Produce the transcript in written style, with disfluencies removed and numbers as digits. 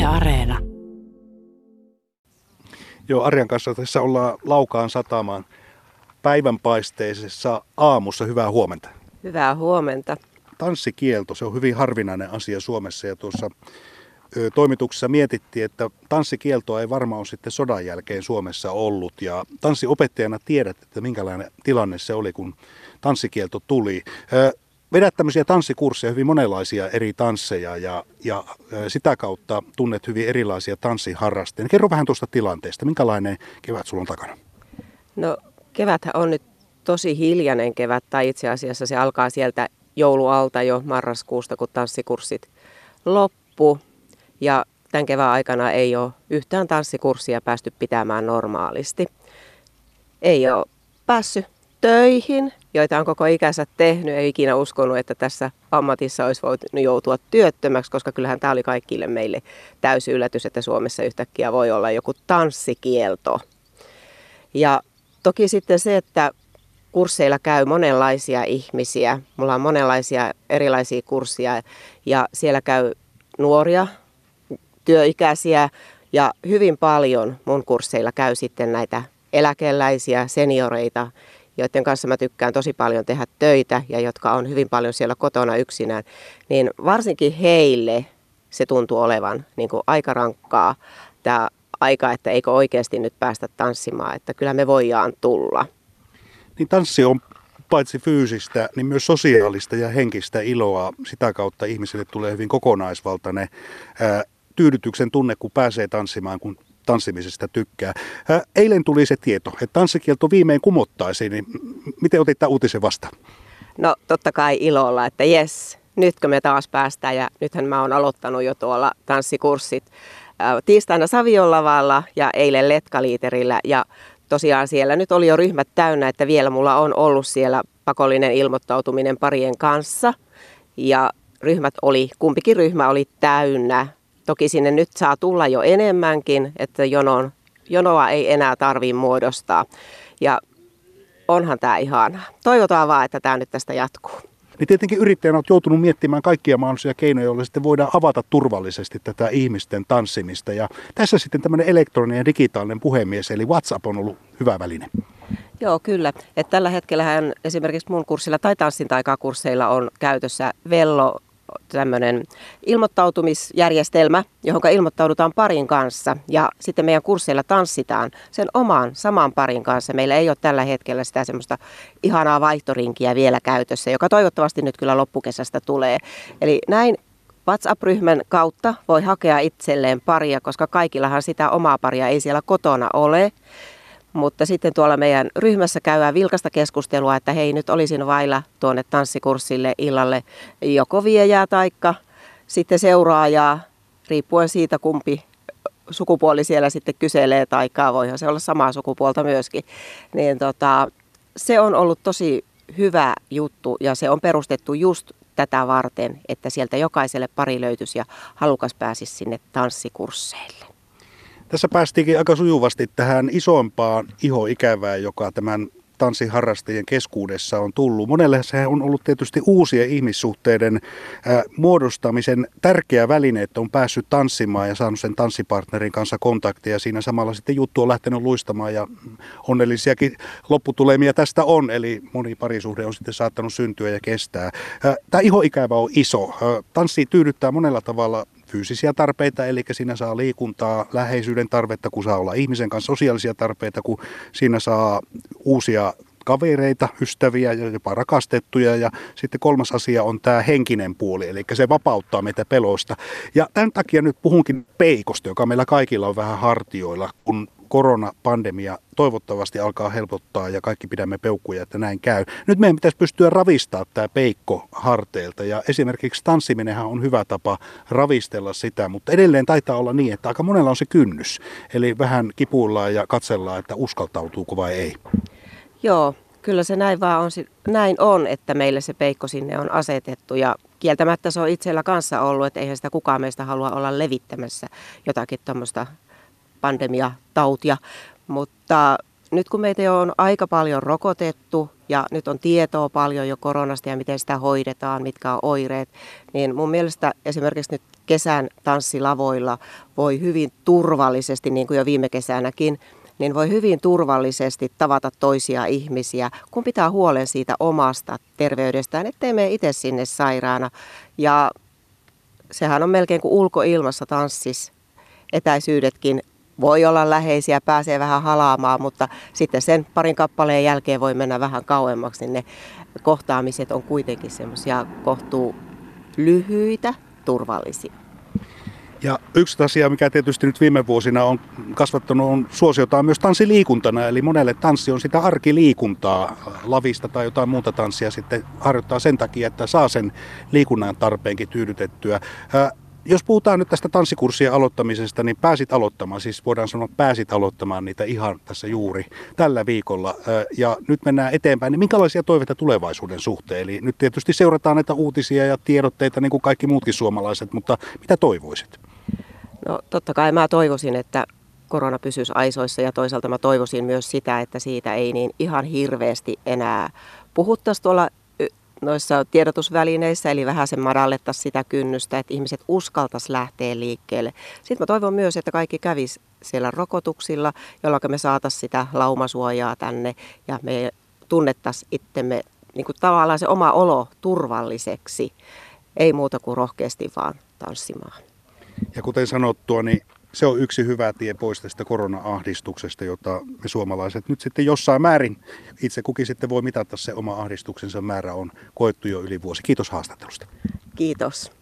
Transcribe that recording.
Areena. Joo, Arjan kanssa tässä ollaan Laukaan satamaan päivänpaisteisessa aamussa. Hyvää huomenta. Hyvää huomenta. Tanssikielto, se on hyvin harvinainen asia Suomessa ja tuossa toimituksessa mietittiin, että tanssikieltoa ei varmaan ole sitten sodan jälkeen Suomessa ollut. Ja tanssiopettajana tiedät, että minkälainen tilanne se oli, kun tanssikielto tuli. Vedät tämmöisiä tanssikursseja, hyvin monenlaisia eri tansseja ja sitä kautta tunnet hyvin erilaisia tanssiharrastajia. Kerro vähän tuosta tilanteesta. Minkälainen kevät sulla on takana? No keväthän on nyt tosi hiljainen kevät, tai itse asiassa se alkaa sieltä joulualta jo marraskuusta, kun tanssikurssit loppu. Ja tämän kevään aikana ei ole yhtään tanssikurssia päästy pitämään normaalisti. Ei ole päässyt töihin, joita on koko ikänsä tehnyt. Ei ikinä uskonut, että tässä ammatissa olisi voinut joutua työttömäksi, koska kyllähän tämä oli kaikille meille täysi yllätys, että Suomessa yhtäkkiä voi olla joku tanssikielto. Ja toki sitten se, että kursseilla käy monenlaisia ihmisiä. Mulla on monenlaisia erilaisia kursseja ja siellä käy nuoria, työikäisiä ja hyvin paljon mun kursseilla käy sitten näitä eläkeläisiä, senioreita, joiden kanssa mä tykkään tosi paljon tehdä töitä ja jotka on hyvin paljon siellä kotona yksinään, niin varsinkin heille se tuntuu olevan niin kuin aika rankkaa tämä aika, että eikö oikeasti nyt päästä tanssimaan, että kyllä me voidaan tulla. Niin tanssi on paitsi fyysistä, niin myös sosiaalista ja henkistä iloa. Sitä kautta ihmisille tulee hyvin kokonaisvaltainen tyydytyksen tunne, kun pääsee tanssimaan, kun tanssimisesta tykkää. Eilen tuli se tieto, että tanssikielto viimein kumottaisiin, niin miten otit tämän uutisen vastaan? No totta kai ilolla, että jes, nytkö me taas päästään ja nythän mä oon aloittanut jo tuolla tanssikurssit tiistaina Savion lavalla ja eilen Letkaliiterillä ja tosiaan siellä nyt oli jo ryhmät täynnä, että vielä mulla on ollut siellä pakollinen ilmoittautuminen parien kanssa ja kumpikin ryhmä oli täynnä. Toki sinne nyt saa tulla jo enemmänkin, että jonoa ei enää tarvitse muodostaa. Ja onhan tämä ihanaa. Toivotaan vaan, että tämä nyt tästä jatkuu. Niin tietenkin yrittäjänä olet joutunut miettimään kaikkia mahdollisia keinoja, joilla sitten voidaan avata turvallisesti tätä ihmisten tanssimista. Ja tässä sitten tämmöinen elektroninen ja digitaalinen puhemies, eli WhatsApp on ollut hyvä väline. Joo, kyllä. Et tällä hetkellähän esimerkiksi mun kurssilla tai tanssin taikakursseilla on käytössä Vello, tämmöinen ilmoittautumisjärjestelmä, johon ilmoittaudutaan parin kanssa ja sitten meidän kursseilla tanssitaan sen oman saman parin kanssa. Meillä ei ole tällä hetkellä sitä semmoista ihanaa vaihtorinkiä vielä käytössä, joka toivottavasti nyt kyllä loppukesästä tulee. Eli näin WhatsApp-ryhmän kautta voi hakea itselleen paria, koska kaikillahan sitä omaa paria ei siellä kotona ole. Mutta sitten tuolla meidän ryhmässä käydään vilkasta keskustelua, että hei, nyt olisin vailla tuonne tanssikurssille illalle joko viejää taikka sitten seuraajaa, riippuen siitä kumpi sukupuoli siellä sitten kyselee taikka voihan se olla samaa sukupuolta myöskin. Niin se on ollut tosi hyvä juttu ja se on perustettu just tätä varten, että sieltä jokaiselle pari löytyisi ja halukas pääsisi sinne tanssikursseille. Tässä päästiinkin aika sujuvasti tähän isompaan ihoikävään, joka tämän tanssiharrastajien keskuudessa on tullut. Monelle se on ollut tietysti uusien ihmissuhteiden muodostamisen tärkeä väline, että on päässyt tanssimaan ja saanut sen tanssipartnerin kanssa kontaktia. Siinä samalla sitten juttu on lähtenyt luistamaan ja onnellisiakin lopputulemia tästä on. Eli moni parisuhde on sitten saattanut syntyä ja kestää. Tämä ihoikävä on iso. Tanssi tyydyttää monella tavalla fyysisiä tarpeita, eli siinä saa liikuntaa, läheisyyden tarvetta, kun saa olla ihmisen kanssa, sosiaalisia tarpeita, kun siinä saa uusia kavereita, ystäviä ja jopa rakastettuja. Ja sitten kolmas asia on tämä henkinen puoli, eli se vapauttaa meitä peloista. Ja tämän takia nyt puhunkin peikosta, joka meillä kaikilla on vähän hartioilla, kun koronapandemia toivottavasti alkaa helpottaa ja kaikki pidämme peukkuja, että näin käy. Nyt meidän pitäisi pystyä ravistamaan tämä peikko harteilta ja esimerkiksi tanssiminenhan on hyvä tapa ravistella sitä, mutta edelleen taitaa olla niin, että aika monella on se kynnys. Eli vähän kipuillaan ja katsellaan, että uskaltautuuko vai ei. Joo, kyllä se näin on, että meille se peikko sinne on asetettu ja kieltämättä se on itsellä kanssa ollut, että eihän sitä kukaan meistä halua olla levittämässä jotakin tuommoista pandemiatautia, mutta nyt kun meitä on aika paljon rokotettu ja nyt on tietoa paljon jo koronasta ja miten sitä hoidetaan, mitkä on oireet, niin mun mielestä esimerkiksi nyt kesän tanssilavoilla voi hyvin turvallisesti, niin kuin jo viime kesänäkin, niin voi hyvin turvallisesti tavata toisia ihmisiä, kun pitää huolen siitä omasta terveydestään, ettei mene itse sinne sairaana. Ja sehän on melkein kuin ulkoilmassa tanssis. Etäisyydetkin voi olla läheisiä, pääsee vähän halaamaan, mutta sitten sen parin kappaleen jälkeen voi mennä vähän kauemmaksi, niin ne kohtaamiset on kuitenkin semmoisia kohtuu lyhyitä, turvallisia. Ja yksi asia, mikä tietysti nyt viime vuosina on kasvattanut, on suosiotaan myös tanssiliikuntana. Eli monelle tanssi on sitä arkiliikuntaa, lavista tai jotain muuta tanssia sitten harjoittaa sen takia, että saa sen liikunnan tarpeenkin tyydytettyä. Jos puhutaan nyt tästä tanssikurssien aloittamisesta, niin pääsit aloittamaan, siis voidaan sanoa pääsit aloittamaan niitä ihan tässä juuri tällä viikolla. Ja nyt mennään eteenpäin, niin minkälaisia toiveita tulevaisuuden suhteen? Eli nyt tietysti seurataan näitä uutisia ja tiedotteita niin kuin kaikki muutkin suomalaiset, mutta mitä toivoisit? No totta kai mä toivoisin, että korona pysyisi aisoissa ja toisaalta mä toivoisin myös sitä, että siitä ei niin ihan hirveästi enää puhuttaisi tuolla noissa tiedotusvälineissä, eli vähän sen madallettaisiin sitä kynnystä, että ihmiset uskaltaisi lähteä liikkeelle. Sitten mä toivon myös, että kaikki kävisi siellä rokotuksilla, jolloin me saataisiin sitä laumasuojaa tänne ja me tunnettaisiin itsemme niin kuin tavallaan se oma olo turvalliseksi. Ei muuta kuin rohkeasti vaan tanssimaan. Ja kuten sanottua, niin se on yksi hyvä tie pois tästä korona-ahdistuksesta, jota me suomalaiset nyt sitten jossain määrin, itse kukin sitten voi mitata se oma ahdistuksensa määrä on koettu jo yli vuosi. Kiitos haastattelusta. Kiitos.